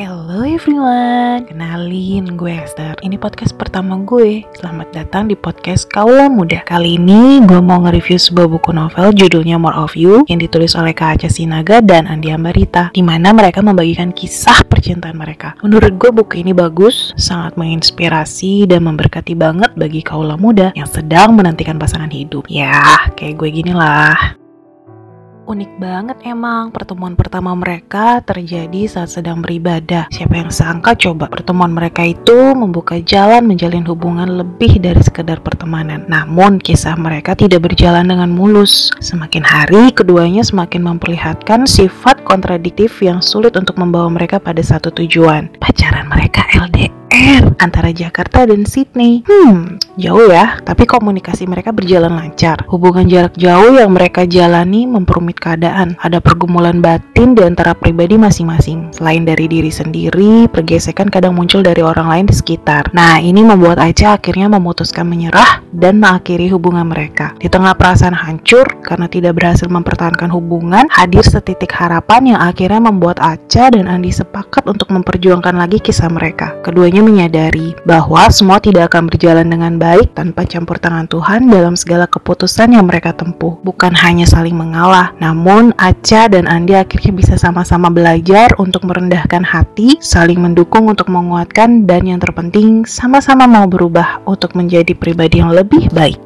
Hello everyone, kenalin gue Esther. Ini podcast pertama gue. Selamat datang di podcast Kaula Muda. Kali ini gue mau nge-review sebuah buku novel judulnya More of You yang ditulis oleh Kak Aca Sinaga dan Andi Ambarita, di mana mereka membagikan kisah percintaan mereka. Menurut gue buku ini bagus, sangat menginspirasi dan memberkati banget bagi kaula muda yang sedang menantikan pasangan hidup. Ya, kayak gue gini lah. Unik banget emang, pertemuan pertama mereka terjadi saat sedang beribadah. Siapa yang sangka coba pertemuan mereka itu membuka jalan menjalin hubungan lebih dari sekedar pertemanan. Namun kisah mereka tidak berjalan dengan mulus. Semakin hari keduanya semakin memperlihatkan sifat kontradiktif yang sulit untuk membawa mereka pada satu tujuan. Pacaran mereka LDR antara Jakarta dan Sydney. Jauh ya, tapi komunikasi mereka berjalan lancar. Hubungan jarak jauh yang mereka jalani memperumit keadaan. Ada pergumulan batin di antara pribadi masing-masing. Selain dari diri sendiri, pergesekan kadang muncul dari orang lain di sekitar. Nah, ini membuat Aca akhirnya memutuskan menyerah dan mengakhiri hubungan mereka. Di tengah perasaan hancur karena tidak berhasil mempertahankan hubungan, hadir setitik harapan yang akhirnya membuat Aca dan Andi sepakat untuk memperjuangkan lagi kisah mereka. Keduanya menyadari bahwa semua tidak akan berjalan dengan baik tanpa campur tangan Tuhan dalam segala keputusan yang mereka tempuh. Bukan hanya saling mengalah, namun Aca dan Andi akhirnya bisa sama-sama belajar untuk merendahkan hati, saling mendukung untuk menguatkan, dan yang terpenting sama-sama mau berubah untuk menjadi pribadi yang lebih baik.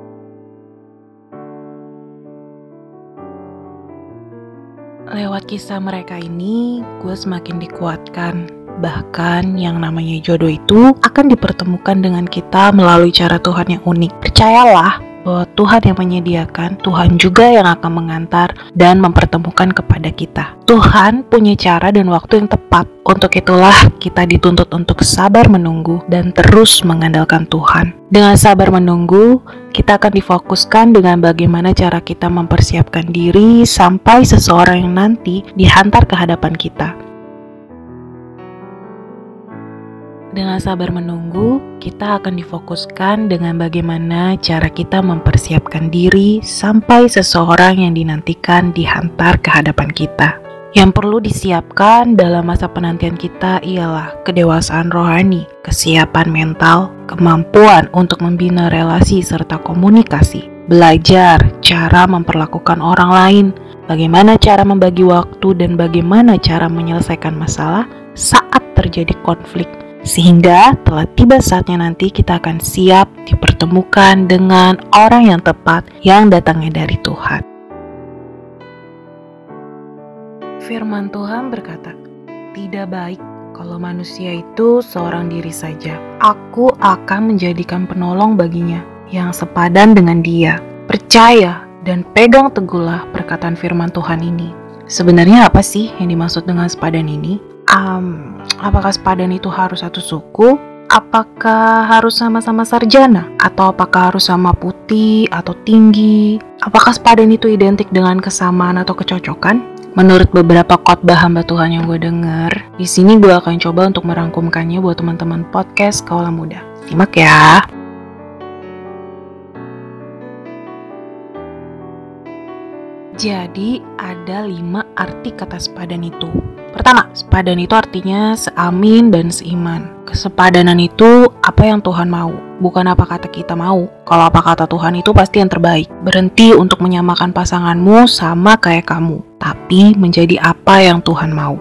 Lewat kisah mereka ini, gue semakin dikuatkan. Bahkan yang namanya jodoh itu akan dipertemukan dengan kita melalui cara Tuhan yang unik. Percayalah bahwa Tuhan yang menyediakan, Tuhan juga yang akan mengantar dan mempertemukan kepada kita. Tuhan punya cara dan waktu yang tepat. Untuk itulah kita dituntut untuk sabar menunggu dan terus mengandalkan Tuhan. Dengan sabar menunggu, kita akan difokuskan dengan bagaimana cara kita mempersiapkan diri sampai seseorang yang nanti dihantar ke hadapan kita. Dengan sabar menunggu, kita akan difokuskan dengan bagaimana cara kita mempersiapkan diri sampai seseorang yang dinantikan dihantar ke hadapan kita. Yang perlu disiapkan dalam masa penantian kita ialah kedewasaan rohani, kesiapan mental, kemampuan untuk membina relasi serta komunikasi, belajar cara memperlakukan orang lain, bagaimana cara membagi waktu dan bagaimana cara menyelesaikan masalah saat terjadi konflik. Sehingga telah tiba saatnya nanti kita akan siap dipertemukan dengan orang yang tepat yang datangnya dari Tuhan. Firman Tuhan berkata, "Tidak baik kalau manusia itu seorang diri saja. Aku akan menjadikan penolong baginya yang sepadan dengan dia." Percaya dan pegang teguhlah perkataan firman Tuhan ini. Sebenarnya apa sih yang dimaksud dengan sepadan ini? Apakah sepadan itu harus satu suku? Apakah harus sama-sama sarjana? Atau apakah harus sama putih atau tinggi? Apakah sepadan itu identik dengan kesamaan atau kecocokan? Menurut beberapa khotbah hamba Tuhan yang gue dengar, di sini gue akan coba untuk merangkumkannya buat teman-teman podcast Kaula Muda. Simak ya. Jadi ada 5 arti kata sepadan itu. Pertama, sepadan itu artinya seamin dan seiman. Kesepadanan itu apa yang Tuhan mau, bukan apa kata kita mau. Kalau apa kata Tuhan itu pasti yang terbaik. Berhenti untuk menyamakan pasanganmu sama kayak kamu, tapi menjadi apa yang Tuhan mau.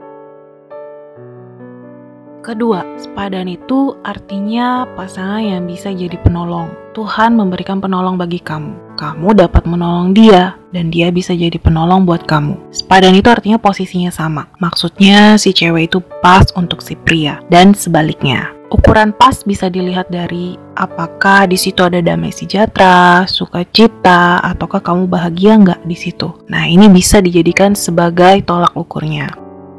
Kedua, sepadan itu artinya pasangan yang bisa jadi penolong. Tuhan memberikan penolong bagi kamu. Kamu dapat menolong dia, dan dia bisa jadi penolong buat kamu. Sepadan itu artinya posisinya sama. Maksudnya si cewek itu pas untuk si pria, dan sebaliknya. Ukuran pas bisa dilihat dari apakah di situ ada damai sejahtera, sukacita, ataukah kamu bahagia nggak di situ. Nah, ini bisa dijadikan sebagai tolak ukurnya.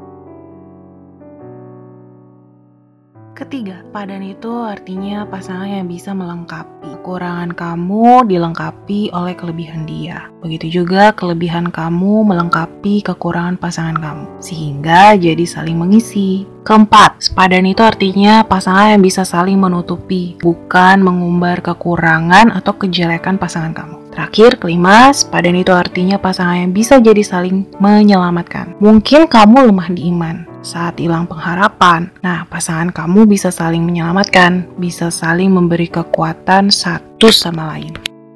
Ketiga, sepadan itu artinya pasangan yang bisa melengkapi. Kekurangan kamu dilengkapi oleh kelebihan dia. Begitu juga kelebihan kamu melengkapi kekurangan pasangan kamu. Sehingga jadi saling mengisi. Keempat, sepadan itu artinya pasangan yang bisa saling menutupi, bukan mengumbar kekurangan atau kejelekan pasangan kamu. Terakhir, kelima, sepadan itu artinya pasangan yang bisa jadi saling menyelamatkan. Mungkin kamu lemah di iman, saat hilang pengharapan. Nah, pasangan kamu bisa saling menyelamatkan, bisa saling memberi kekuatan satu sama lain.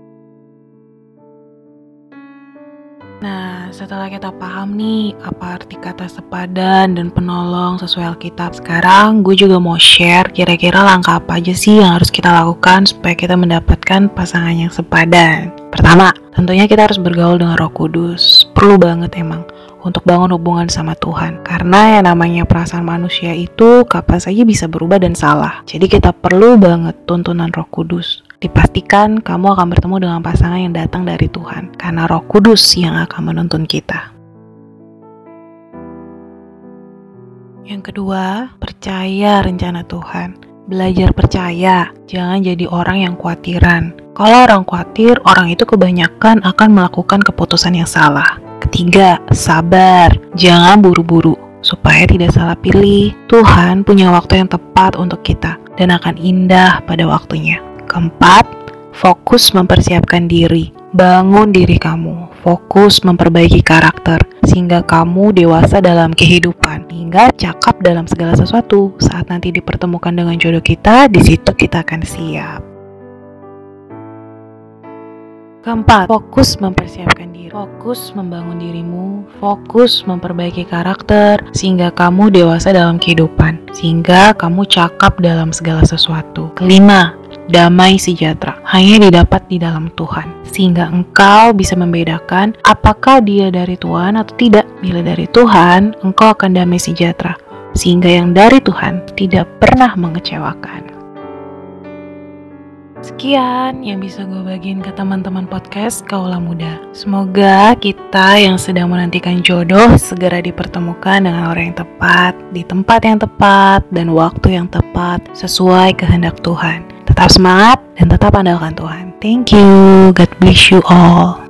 Nah, setelah kita paham nih apa arti kata sepadan dan penolong sesuai Alkitab, sekarang gue juga mau share kira-kira langkah apa aja sih yang harus kita lakukan supaya kita mendapatkan pasangan yang sepadan. Pertama, tentunya kita harus bergaul dengan Roh Kudus. Perlu banget emang untuk bangun hubungan sama Tuhan. Karena yang namanya perasaan manusia itu kapan saja bisa berubah dan salah. Jadi kita perlu banget tuntunan Roh Kudus. Dipastikan kamu akan bertemu dengan pasangan yang datang dari Tuhan, karena Roh Kudus yang akan menuntun kita. Yang kedua, percaya rencana Tuhan. Belajar percaya, jangan jadi orang yang khawatiran. Kalau orang khawatir, orang itu kebanyakan akan melakukan keputusan yang salah. Ketiga, sabar, jangan buru-buru supaya tidak salah pilih. Tuhan punya waktu yang tepat untuk kita dan akan indah pada waktunya. Keempat, fokus mempersiapkan diri. Bangun diri kamu, fokus memperbaiki karakter, sehingga kamu dewasa dalam kehidupan, hingga cakap dalam segala sesuatu. Saat nanti dipertemukan dengan jodoh kita, di situ kita akan siap. Keempat, fokus mempersiapkan diri, fokus membangun dirimu, fokus memperbaiki karakter, sehingga kamu dewasa dalam kehidupan, sehingga kamu cakap dalam segala sesuatu. Kelima, damai sejahtera hanya didapat di dalam Tuhan, sehingga engkau bisa membedakan apakah dia dari Tuhan atau tidak. Bila dari Tuhan, engkau akan damai sejahtera, sehingga yang dari Tuhan tidak pernah mengecewakan. Sekian yang bisa gue bagiin ke teman-teman podcast Kaula Muda. Semoga kita yang sedang menantikan jodoh segera dipertemukan dengan orang yang tepat, di tempat yang tepat, dan waktu yang tepat sesuai kehendak Tuhan. Tetap semangat dan tetap andalkan Tuhan. Thank you. God bless you all.